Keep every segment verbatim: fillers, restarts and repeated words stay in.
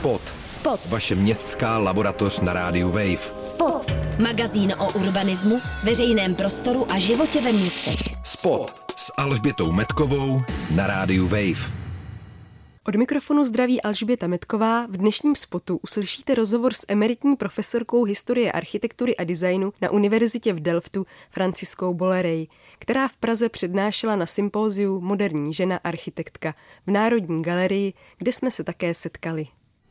Spot. Spot. Vaše městská laboratoř na rádiu Wave. Spot. Magazín o urbanismu, veřejném prostoru a životě ve městech. Spot s Alžbětou Metkovou na rádiu Wave. Od mikrofonu zdraví Alžběta Metková. V dnešním spotu uslyšíte rozhovor s emeritní profesorkou historie architektury a designu na univerzitě v Delftu Franciskou Bollerej, která v Praze přednášela na sympóziu Moderní žena architektka v Národní galerii, kde jsme se také setkali.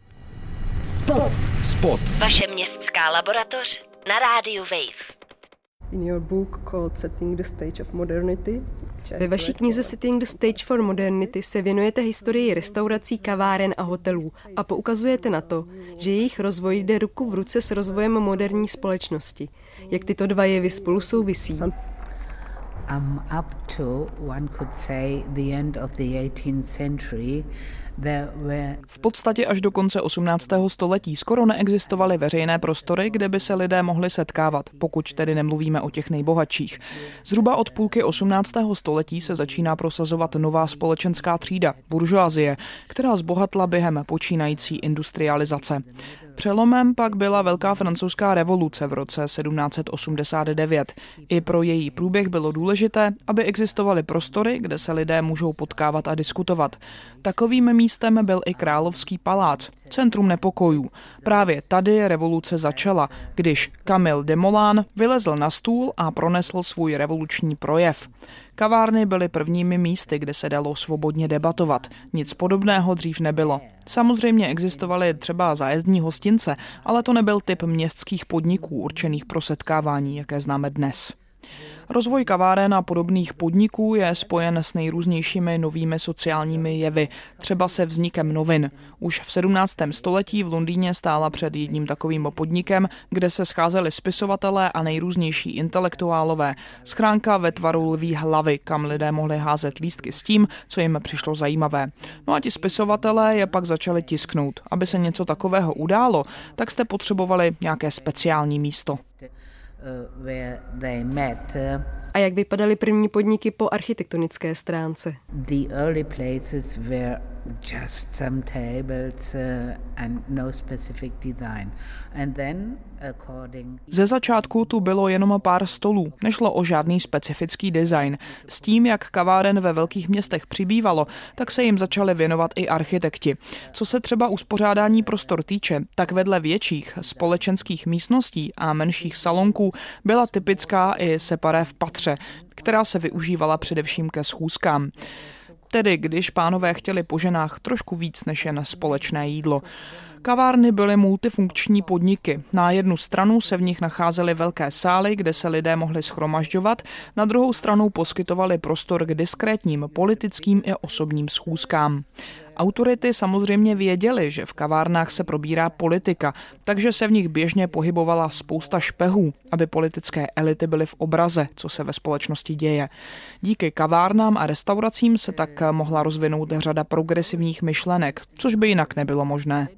Spot. Spot. Vaše městská laboratoř na rádiu Wave. In your book called Setting the Stage of Modernity. Ve vaší knize Setting the Stage for Modernity se věnujete historii restaurací, kaváren a hotelů a poukazujete na to, že jejich rozvoj jde ruku v ruce s rozvojem moderní společnosti. Jak tyto dva jevy spolu souvisí? Um, up to, one could say, the end of the eighteenth century, there were... V podstatě až do konce osmnáctého století skoro neexistovaly veřejné prostory, kde by se lidé mohli setkávat, pokud tedy nemluvíme o těch nejbohatších. Zhruba od půlky osmnáctého století se začíná prosazovat nová společenská třída, buržoazie, která zbohatla během počínající industrializace. Přelomem pak byla Velká francouzská revoluce v roce sedmnáct osmdesát devět. I pro její průběh bylo důležité, aby existovaly prostory, kde se lidé můžou potkávat a diskutovat. Takovým místem byl i Královský palác, centrum nepokojů. Právě tady revoluce začala, když Camille Desmoulins vylezl na stůl a pronesl svůj revoluční projev. Kavárny byly prvními místy, kde se dalo svobodně debatovat. Nic podobného dřív nebylo. Samozřejmě existovaly třeba zájezdní hostince, ale to nebyl typ městských podniků určených pro setkávání, jaké známe dnes. Rozvoj kaváren a podobných podniků je spojen s nejrůznějšími novými sociálními jevy, třeba se vznikem novin. Už v sedmnáctém století v Londýně stála před jedním takovým podnikem, kde se scházeli spisovatelé a nejrůznější intelektuálové. Schránka ve tvaru lví hlavy, kam lidé mohli házet lístky s tím, co jim přišlo zajímavé. No a ti spisovatelé je pak začali tisknout. Aby se něco takového událo, tak jste potřebovali nějaké speciální místo. A jak vypadaly první podniky po architektonické stránce? The early places were just some tables uh, and no specific design. And then according... Ze začátku tu bylo jenom pár stolů, nešlo o žádný specifický design. S tím, jak kaváren ve velkých městech přibývalo, tak se jim začali věnovat i architekti. Co se třeba uspořádání prostor týče, tak vedle větších společenských místností a menších salonků byla typická i separé v patře, která se využívala především ke schůzkám. Tedy když pánové chtěli po ženách trošku víc než jen společné jídlo. Kavárny byly multifunkční podniky. Na jednu stranu se v nich nacházely velké sály, kde se lidé mohli shromažďovat, na druhou stranu poskytovali prostor k diskrétním politickým i osobním schůzkám. Autority samozřejmě věděly, že v kavárnách se probírá politika, takže se v nich běžně pohybovala spousta špehů, aby politické elity byly v obraze, co se ve společnosti děje. Díky kavárnám a restauracím se tak mohla rozvinout řada progresivních myšlenek, což by jinak nebylo možné.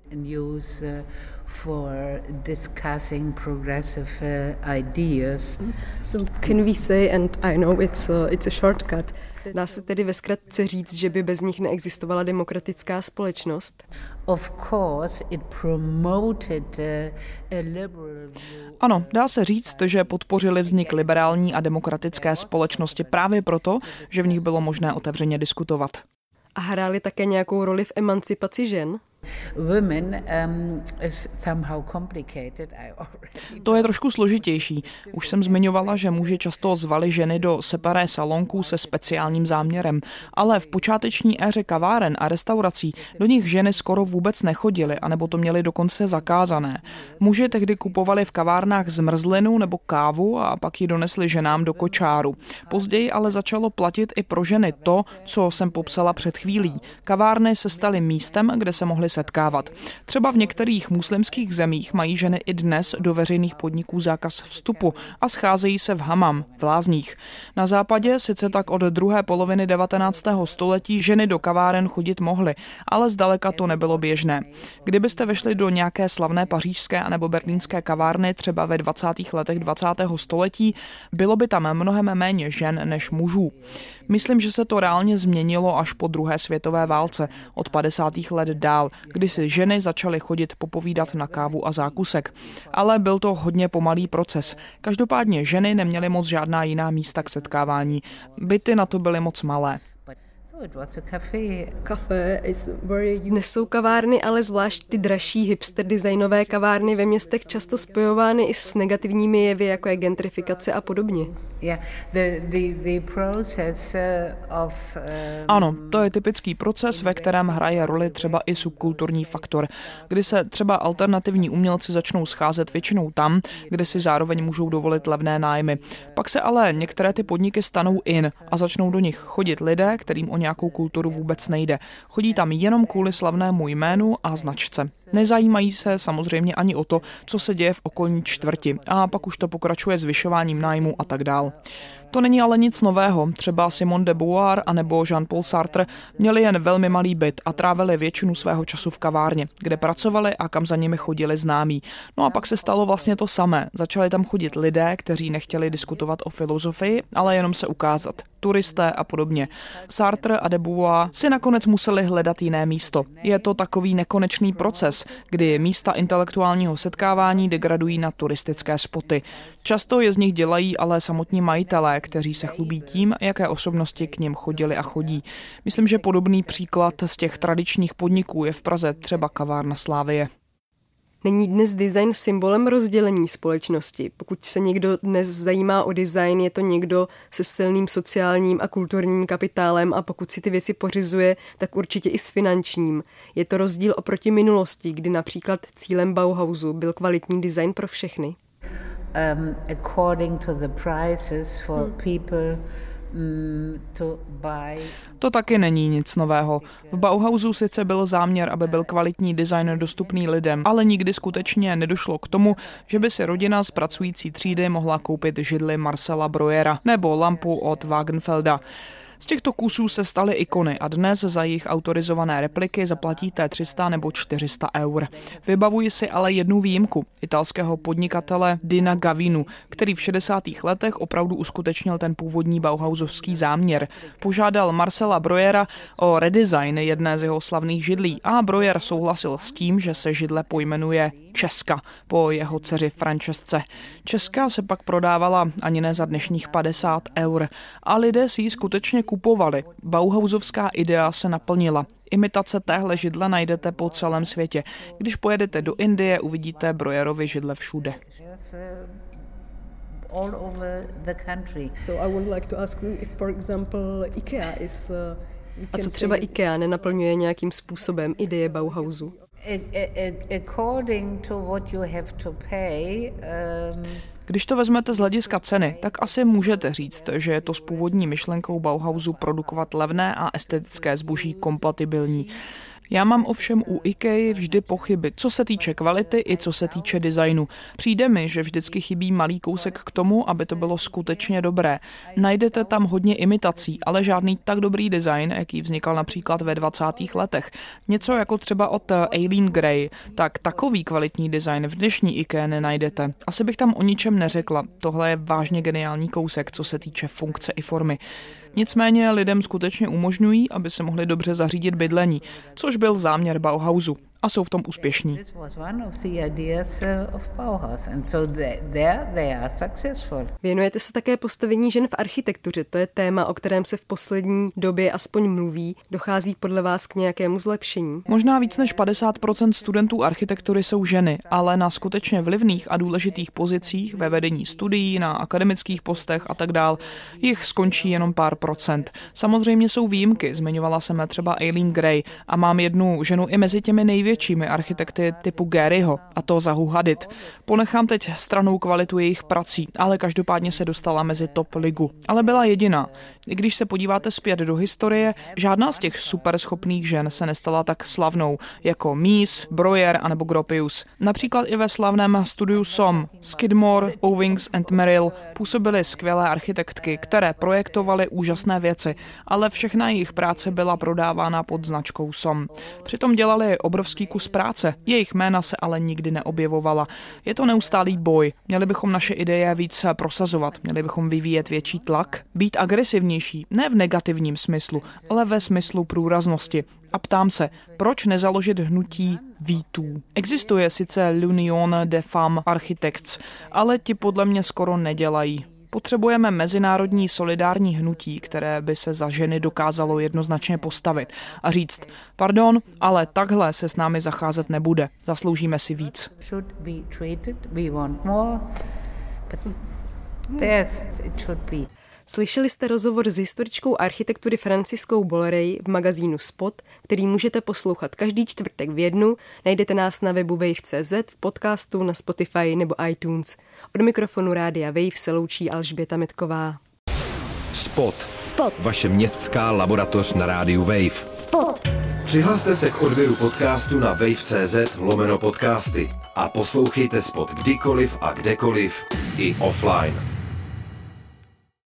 For discussing progressive uh, ideas. So can we say, and I know it's a, it's a shortcut, dá se tedy ve zkratce říct, že by bez nich neexistovala demokratická společnost? Of course, it promoted a liberal view. Ano, dá se říct, že podpořili vznik liberální a demokratické společnosti právě proto, že v nich bylo možné otevřeně diskutovat. A hrály také nějakou roli v emancipaci žen? Women, um, is somehow complicated. I already... To je trošku složitější. Už jsem zmiňovala, že muži často zvali ženy do separé salonků se speciálním záměrem, ale v počáteční éře kaváren a restaurací do nich ženy skoro vůbec nechodily, anebo to měly dokonce zakázané. Muži tehdy kupovali v kavárnách zmrzlinu nebo kávu a pak ji donesli ženám do kočáru. Později ale začalo platit i pro ženy to, co jsem popsala před chvílí. Kavárny se staly místem, kde se mohly setkávat. Třeba v některých muslimských zemích mají ženy i dnes do veřejných podniků zákaz vstupu a scházejí se v hamam, v lázních. Na západě sice tak od druhé poloviny devatenáctého století ženy do kaváren chodit mohly, ale zdaleka to nebylo běžné. Kdybyste vešli do nějaké slavné pařížské anebo berlínské kavárny třeba ve dvacátých letech dvacátého století, bylo by tam mnohem méně žen než mužů. Myslím, že se to reálně změnilo až po druhé světové válce, od padesátých let dál, kdy si ženy začaly chodit popovídat na kávu a zákusek. Ale byl to hodně pomalý proces. Každopádně ženy neměly moc žádná jiná místa k setkávání. Byty na to byly moc malé. Dnes jsou kavárny, ale zvlášť ty dražší hipster designové kavárny ve městech často spojovány i s negativními jevy, jako je gentrifikace a podobně. Ano, to je typický proces, ve kterém hraje roli třeba i subkulturní faktor, kdy se třeba alternativní umělci začnou scházet většinou tam, kde si zároveň můžou dovolit levné nájmy. Pak se ale některé ty podniky stanou in a začnou do nich chodit lidé, kterým o nějakou kulturu vůbec nejde. Chodí tam jenom kvůli slavnému jménu a značce. Nezajímají se samozřejmě ani o to, co se děje v okolní čtvrti, a pak už to pokračuje zvyšováním nájmu a tak dál. To není ale nic nového. Třeba Simone de Beauvoir anebo Jean-Paul Sartre měli jen velmi malý byt a trávili většinu svého času v kavárně, kde pracovali a kam za nimi chodili známí. No a pak se stalo vlastně to samé. Začali tam chodit lidé, kteří nechtěli diskutovat o filozofii, ale jenom se ukázat. Turisté a podobně. Sartre a de Beauvoir si nakonec museli hledat jiné místo. Je to takový nekonečný proces, kdy místa intelektuálního setkávání degradují na turistické spoty. Často je z nich dělají ale samotní majitelé, kteří se chlubí tím, jaké osobnosti k nim chodili a chodí. Myslím, že podobný příklad z těch tradičních podniků je v Praze třeba kavárna Slávie. Není dnes design symbolem rozdělení společnosti? Pokud se někdo dnes zajímá o design, je to někdo se silným sociálním a kulturním kapitálem, a pokud si ty věci pořizuje, tak určitě i s finančním. Je to rozdíl oproti minulosti, kdy například cílem Bauhausu byl kvalitní design pro všechny? Um, according to the prices for hmm. people to buy. To taky není nic nového. V Bauhausu sice byl záměr, aby byl kvalitní design dostupný lidem, ale nikdy skutečně nedošlo k tomu, že by si rodina z pracující třídy mohla koupit židli Marcela Breuera nebo lampu od Wagenfelda. Z těchto kusů se staly ikony a dnes za jejich autorizované repliky zaplatíte tři sta nebo čtyři sta eur. Vybavuji si ale jednu výjimku, italského podnikatele Dina Gavinu, který v šedesátých letech opravdu uskutečnil ten původní bauhausovský záměr. Požádal Marcela Breuera o redesign jedné z jeho slavných židlí a Breuer souhlasil s tím, že se židle pojmenuje Česka po jeho dceři Francesce. Česka se pak prodávala ani ne za dnešních padesát eur a lidé si ji skutečně kupovali. Bauhausovská idea se naplnila. Imitace téhle židle najdete po celém světě. Když pojedete do Indie, uvidíte Breuerovy židle všude. All over the country. So I would like to ask you if, for example, IKEA is. Uh, A co třeba IKEA nenaplňuje nějakým způsobem ideje Bauhausu? According to what you have to pay. Um, Když to vezmete z hlediska ceny, tak asi můžete říct, že je to s původní myšlenkou Bauhausu produkovat levné a estetické zboží kompatibilní. Já mám ovšem u IKEA vždy pochyby, co se týče kvality i co se týče designu. Přijde mi, že vždycky chybí malý kousek k tomu, aby to bylo skutečně dobré. Najdete tam hodně imitací, ale žádný tak dobrý design, jaký vznikal například ve dvacátých letech. Něco jako třeba od Eileen Gray, tak takový kvalitní design v dnešní IKEA nenajdete. Asi bych tam o ničem neřekla. Tohle je vážně geniální kousek, co se týče funkce i formy. Nicméně lidem skutečně umožňují, aby se mohli dobře zařídit bydlení, což byl záměr Bauhausu. A jsou v tom úspěšní. Věnujete se také postavení žen v architektuře. To je téma, o kterém se v poslední době aspoň mluví. Dochází podle vás k nějakému zlepšení? Možná víc než padesát procent studentů architektury jsou ženy, ale na skutečně vlivných a důležitých pozicích ve vedení studií, na akademických postech a tak dál, jich skončí jenom pár procent. Samozřejmě jsou výjimky, zmiňovala jsem třeba Eileen Gray a mám jednu ženu i mezi těmi největšími většími architekty typu Garyho, a to Zahu Hadid. Ponechám teď stranou kvalitu jejich prací, ale každopádně se dostala mezi top ligu. Ale byla jediná. I když se podíváte zpět do historie, žádná z těch superschopných žen se nestala tak slavnou jako Mies, Breuer anebo Gropius. Například i ve slavném studiu S O M, Skidmore, Owings and Merrill působily skvělé architektky, které projektovaly úžasné věci, ale všechna jejich práce byla prodávána pod značkou S O M. Přitom dělali obrovský kus práce, jejich jména se ale nikdy neobjevovala. Je to neustálý boj, měli bychom naše ideje víc prosazovat, měli bychom vyvíjet větší tlak, být agresivnější, ne v negativním smyslu, ale ve smyslu průraznosti. A ptám se, proč nezaložit hnutí V dva? Existuje sice l'Union des Femmes Architectes, ale ti podle mě skoro nedělají. Potřebujeme mezinárodní solidární hnutí, které by se za ženy dokázalo jednoznačně postavit a říct, pardon, ale takhle se s námi zacházet nebude, zasloužíme si víc. Slyšeli jste rozhovor s historičkou architektury Franciskou Bollerej v magazínu Spot, který můžete poslouchat každý čtvrtek v jednu. Najdete nás na webu wave tečka cé zet, v podcastu, na Spotify nebo iTunes. Od mikrofonu Rádia Wave se loučí Alžběta Metková. Spot. Spot. Vaše městská laboratoř na rádiu Wave. Spot. Přihlaste se k odběru podcastu na wave tečka cé zet lomeno podcasty a poslouchejte Spot kdykoliv a kdekoliv i offline.